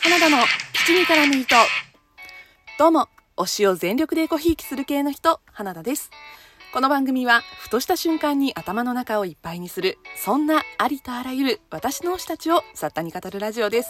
花田の七味からミート。どうも、推しを全力でごひいきする系の人、花田です。この番組はふとした瞬間に頭の中をいっぱいにする、そんなありとあらゆる私の推したちを雑多に語るラジオです。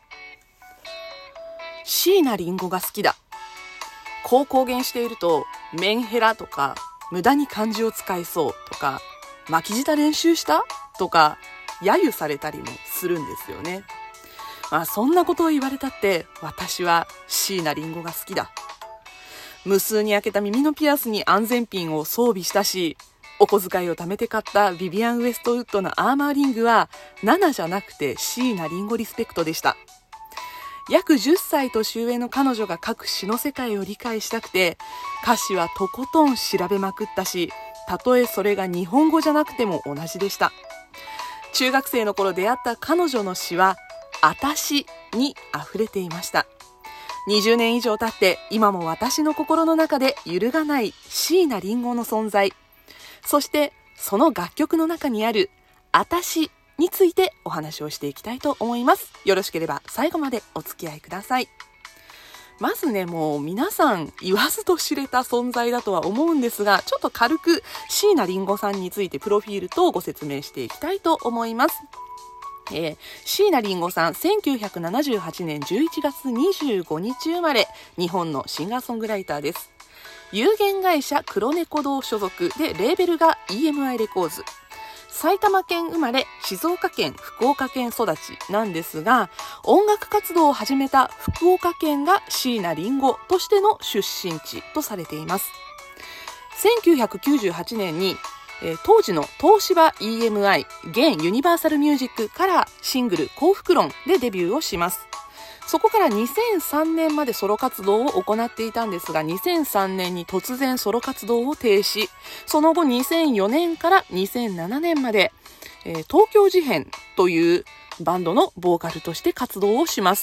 椎名林檎が好きだ。こう公言していると、メンヘラとか無駄に漢字を使いそうとか、巻き舌練習したとか揶揄されたりもするんですよね。そんなことを言われたって私は椎名林檎が好きだ。無数に開けた耳のピアスに安全ピンを装備したし、お小遣いを貯めて買ったビビアン・ウエストウッドのアーマーリングは7じゃなくて椎名林檎リスペクトでした。約10歳年上の彼女が書く詩の世界を理解したくて、歌詞はとことん調べまくったし、たとえそれが日本語じゃなくても同じでした。中学生の頃出会った彼女の詩はあたしに溢れていました。20年以上経って今も私の心の中で揺るがない椎名林檎の存在、そしてその楽曲の中にあるあたしについてお話をしていきたいと思います。よろしければ最後までお付き合いください。まずね、もう皆さん言わずと知れた存在だとは思うんですが、ちょっと軽く椎名林檎さんについてプロフィールとご説明していきたいと思います。椎名林檎さん、1978年11月25日生まれ、日本のシンガーソングライターです。有限会社黒猫堂所属で、レーベルが EMI レコーズ。埼玉県生まれ、静岡県、福岡県育ちなんですが、音楽活動を始めた福岡県が椎名林檎としての出身地とされています。1998年に当時の東芝 EMI 現ユニバーサルミュージックからシングル幸福論でデビューをします。そこから2003年までソロ活動を行っていたんですが、2003年に突然ソロ活動を停止。その後2004年から2007年まで、東京事変というバンドのボーカルとして活動をします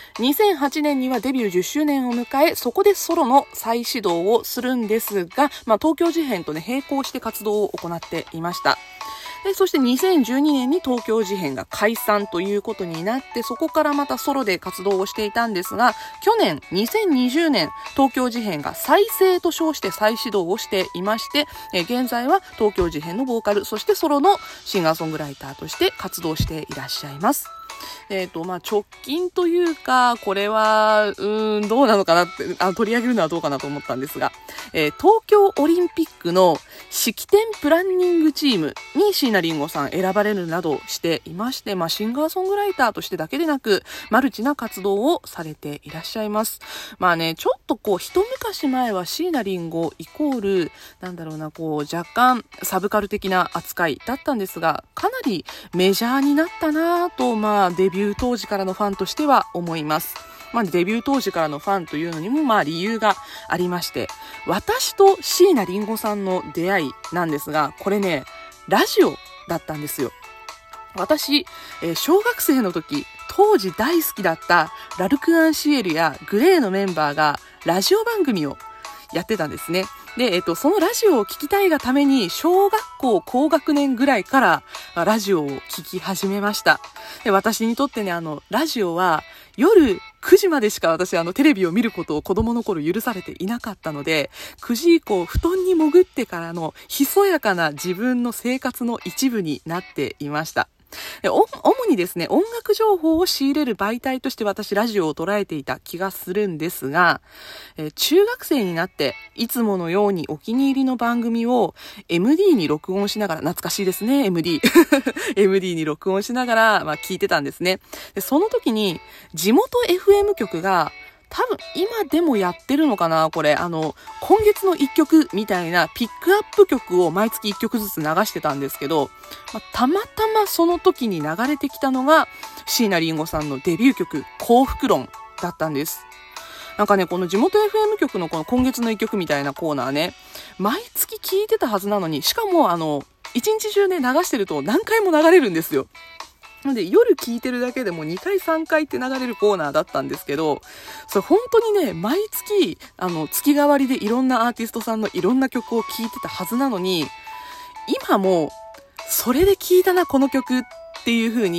。2008年にはデビュー10周年を迎え、そこでソロの再始動をするんですが、東京事変とね、並行して活動を行っていました。そして2012年に東京事変が解散ということになって、そこからまたソロで活動をしていたんですが、去年2020年東京事変が再生と称して再始動をしていまして、現在は東京事変のボーカル、そしてソロのシンガーソングライターとして活動していらっしゃいます。直近というか、これは、どうなのかなって、取り上げるのはどうかなと思ったんですが、東京オリンピックの式典プランニングチームに椎名林檎さん選ばれるなどしていまして、シンガーソングライターとしてだけでなく、マルチな活動をされていらっしゃいます。ちょっと一昔前は椎名林檎イコール、若干サブカル的な扱いだったんですが、かなりメジャーになったなぁと、デビュー当時からのファンとしては思います。デビュー当時からのファンというのにも理由がありまして、私と椎名林檎さんの出会いなんですが、これね、ラジオだったんですよ。私、小学生の時、当時大好きだったラルク・アンシエルやグレーのメンバーがラジオ番組をやってたんですね。で、そのラジオを聞きたいがために、小学校高学年ぐらいからラジオを聞き始めました。で、私にとってね、ラジオは夜9時までしか私テレビを見ることを子供の頃許されていなかったので、9時以降布団に潜ってからのひそやかな自分の生活の一部になっていました。主にですね、音楽情報を仕入れる媒体として私ラジオを捉えていた気がするんですが、中学生になっていつものようにお気に入りの番組を MD に録音しながら、懐かしいですね、MD に録音しながら聞いてたんですね。で、その時に地元 FM 局が多分今でもやってるのかな、これ今月の一曲みたいなピックアップ曲を毎月一曲ずつ流してたんですけど、たまたまその時に流れてきたのが椎名林檎さんのデビュー曲幸福論だったんです。この地元 FM 局のこの今月の一曲みたいなコーナーね、毎月聞いてたはずなのに、しかも一日中ね流してると何回も流れるんですよ。なので夜聞いてるだけでも2回3回って流れるコーナーだったんですけど、それ本当にね、毎月月替わりでいろんなアーティストさんのいろんな曲を聴いてたはずなのに、今もそれで聴いたなこの曲っていう風に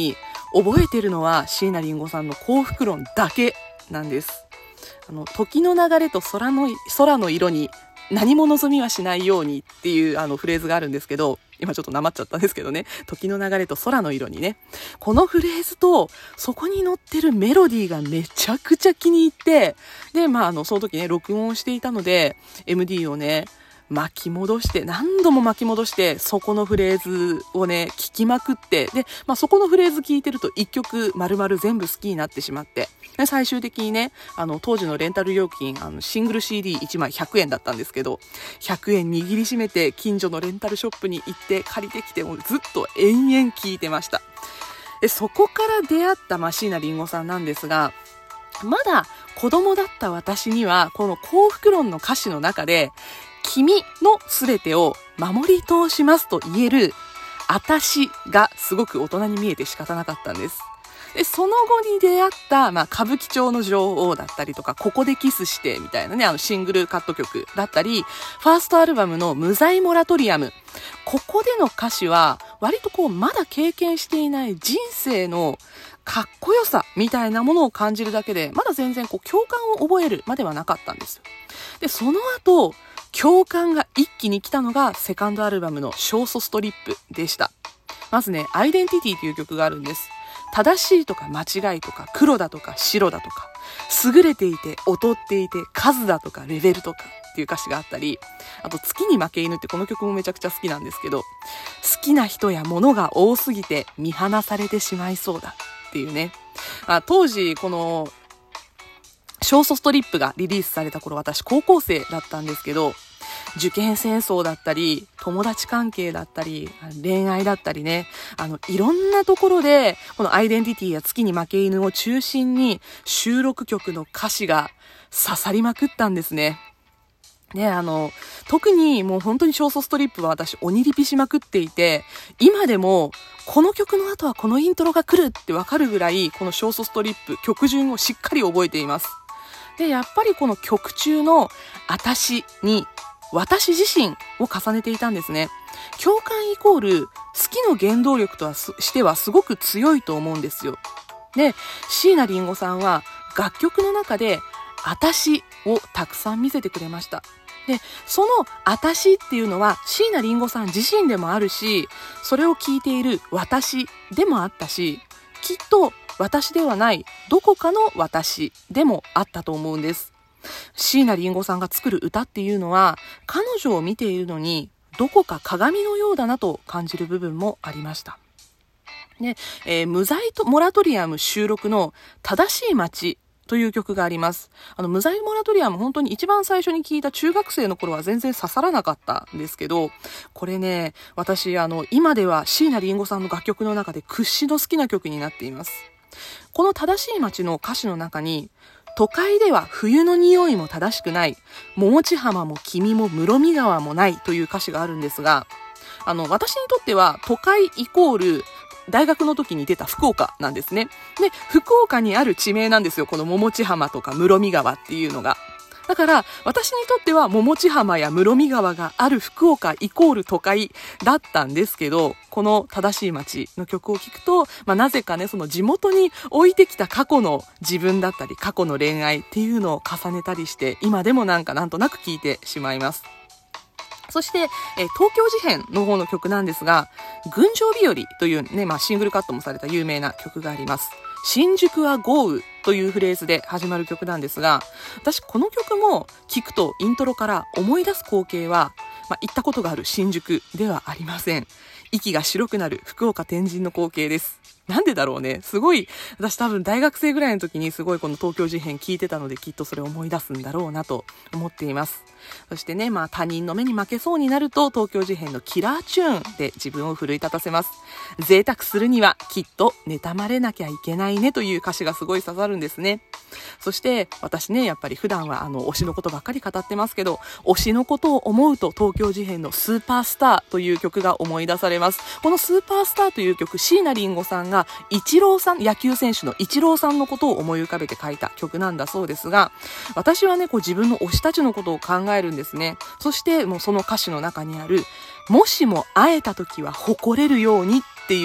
覚えてるのは椎名林檎さんの幸福論だけなんです。時の流れと空の色に何も望みはしないようにっていうフレーズがあるんですけど、今ちょっとなまっちゃったんですけどね、時の流れと空の色にね、このフレーズとそこに乗ってるメロディーがめちゃくちゃ気に入って、でその時ね録音をしていたので MD をね何度も巻き戻して、そこのフレーズをね、聞きまくって、で、そこのフレーズ聞いてると一曲丸々全部好きになってしまって、で最終的にね、当時のレンタル料金、シングル CD1 枚100円だったんですけど、100円握りしめて近所のレンタルショップに行って借りてきて、もうずっと延々聞いてました。で、そこから出会った椎名林檎さんなんですが、まだ子供だった私には、この幸福論の歌詞の中で、君のすべてを守り通しますと言える私がすごく大人に見えて仕方なかったんです。で、その後に出会った、歌舞伎町の女王だったりとか、ここでキスしてみたいなね、シングルカット曲だったり、ファーストアルバムの無罪モラトリアム。ここでの歌詞は、割とまだ経験していない人生のかっこよさみたいなものを感じるだけで、まだ全然共感を覚えるまではなかったんですよ。で、その後、共感が一気に来たのがセカンドアルバムの勝訴ストリップでした。まずね、アイデンティティという曲があるんです。正しいとか間違いとか黒だとか白だとか、優れていて劣っていて数だとかレベルとかっていう歌詞があったり、あと月に負け犬ってこの曲もめちゃくちゃ好きなんですけど、好きな人や物が多すぎて見放されてしまいそうだっていうね。当時この勝訴ストリップがリリースされた頃、私高校生だったんですけど、受験戦争だったり、友達関係だったり、恋愛だったりね、いろんなところで、このアイデンティティや月に負け犬を中心に収録曲の歌詞が刺さりまくったんですね。で、特にもう本当に勝訴ストリップは私鬼リピしまくっていて、今でもこの曲の後はこのイントロが来るってわかるぐらい、この勝訴ストリップ曲順をしっかり覚えています。で、やっぱりこの曲中の私に私自身を重ねていたんですね。共感イコール好きの原動力としてはすごく強いと思うんですよ。で、椎名林檎さんは楽曲の中で私をたくさん見せてくれました。で、その私っていうのは椎名林檎さん自身でもあるし、それを聞いている私でもあったし、きっと私ではないどこかの私でもあったと思うんです。椎名林檎さんが作る歌っていうのは、彼女を見ているのにどこか鏡のようだなと感じる部分もありました。で、無罪モラトリアム収録の正しい街という曲があります。無罪モラトリアム、本当に一番最初に聞いた中学生の頃は全然刺さらなかったんですけど、これね、私今では椎名林檎さんの楽曲の中で屈指の好きな曲になっています。この正しい街の歌詞の中に、都会では冬の匂いも正しくない、桃地浜も君も室見川もないという歌詞があるんですが、私にとっては都会イコール大学の時に出た福岡なんですね。で、福岡にある地名なんですよ。この桃地浜とか室見川っていうのが。だから私にとっては桃地浜や室見川がある福岡イコール都会だったんですけど、この正しい街の曲を聴くと、なぜかね、その地元に置いてきた過去の自分だったり過去の恋愛っていうのを重ねたりして、今でもなんとなく聴いてしまいます。そして、東京事変の方の曲なんですが、群青日和というね、シングルカットもされた有名な曲があります。新宿は豪雨というフレーズで始まる曲なんですが、私この曲も聴くとイントロから思い出す光景は、行ったことがある新宿ではありません。息が白くなる福岡天神の光景です。なんでだろうね。すごい、私多分大学生ぐらいの時にすごいこの東京事変聞いてたので、きっとそれを思い出すんだろうなと思っています。そしてね、他人の目に負けそうになると、東京事変のキラーチューンで自分を奮い立たせます。贅沢するにはきっと妬まれなきゃいけないねという歌詞がすごい刺さるんですね。そして私ね、やっぱり普段は推しのことばっかり語ってますけど、推しのことを思うと東京事変のスーパースターという曲が思い出されます。このスーパースターという曲、椎名林檎さんがイチローさん、野球選手のイチローさんのことを思い浮かべて書いた曲なんだそうですが、私はね、自分の推したちのことを考えるんですね。そしてもうその歌詞の中にある、もしも会えた時は誇れるようにっていう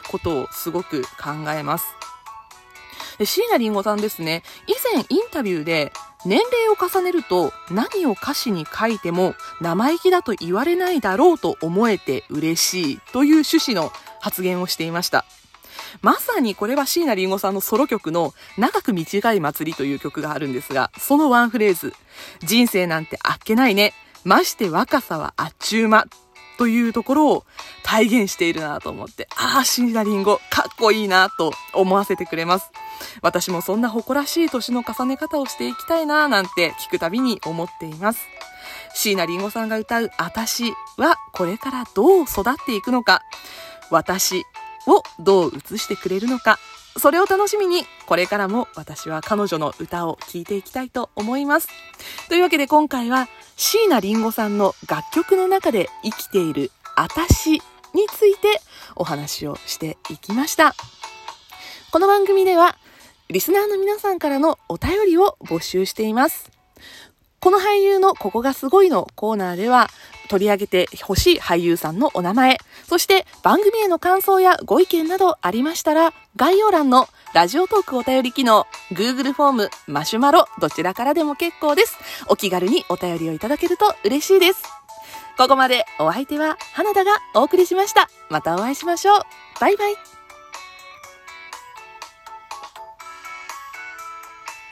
ことをすごく考えます。で、椎名林檎さんですね、以前インタビューで、年齢を重ねると何を歌詞に書いても生意気だと言われないだろうと思えて嬉しいという趣旨の発言をしていました。まさにこれは椎名林檎さんのソロ曲の長く短い祭りという曲があるんですが、そのワンフレーズ、人生なんてあっけないね、まして若さはあっちゅう間というところを体現しているなと思って、椎名林檎かっこいいなと思わせてくれます。私もそんな誇らしい年の重ね方をしていきたいななんて聞くたびに思っています。椎名林檎さんが歌う私はこれからどう育っていくのか、私をどう映してくれるのか、それを楽しみにこれからも私は彼女の歌を聴いていきたいと思います。というわけで今回は椎名林檎さんの楽曲の中で生きている私についてお話をしていきました。この番組ではリスナーの皆さんからのお便りを募集しています。この俳優のここがすごいのコーナーでは取り上げてほしい俳優さんのお名前、そして番組への感想やご意見などありましたら、概要欄のラジオトークお便り機能、Google フォーム、マシュマロ、どちらからでも結構です。お気軽にお便りをいただけると嬉しいです。ここまでお相手は花田がお送りしました。またお会いしましょう。バイバイ。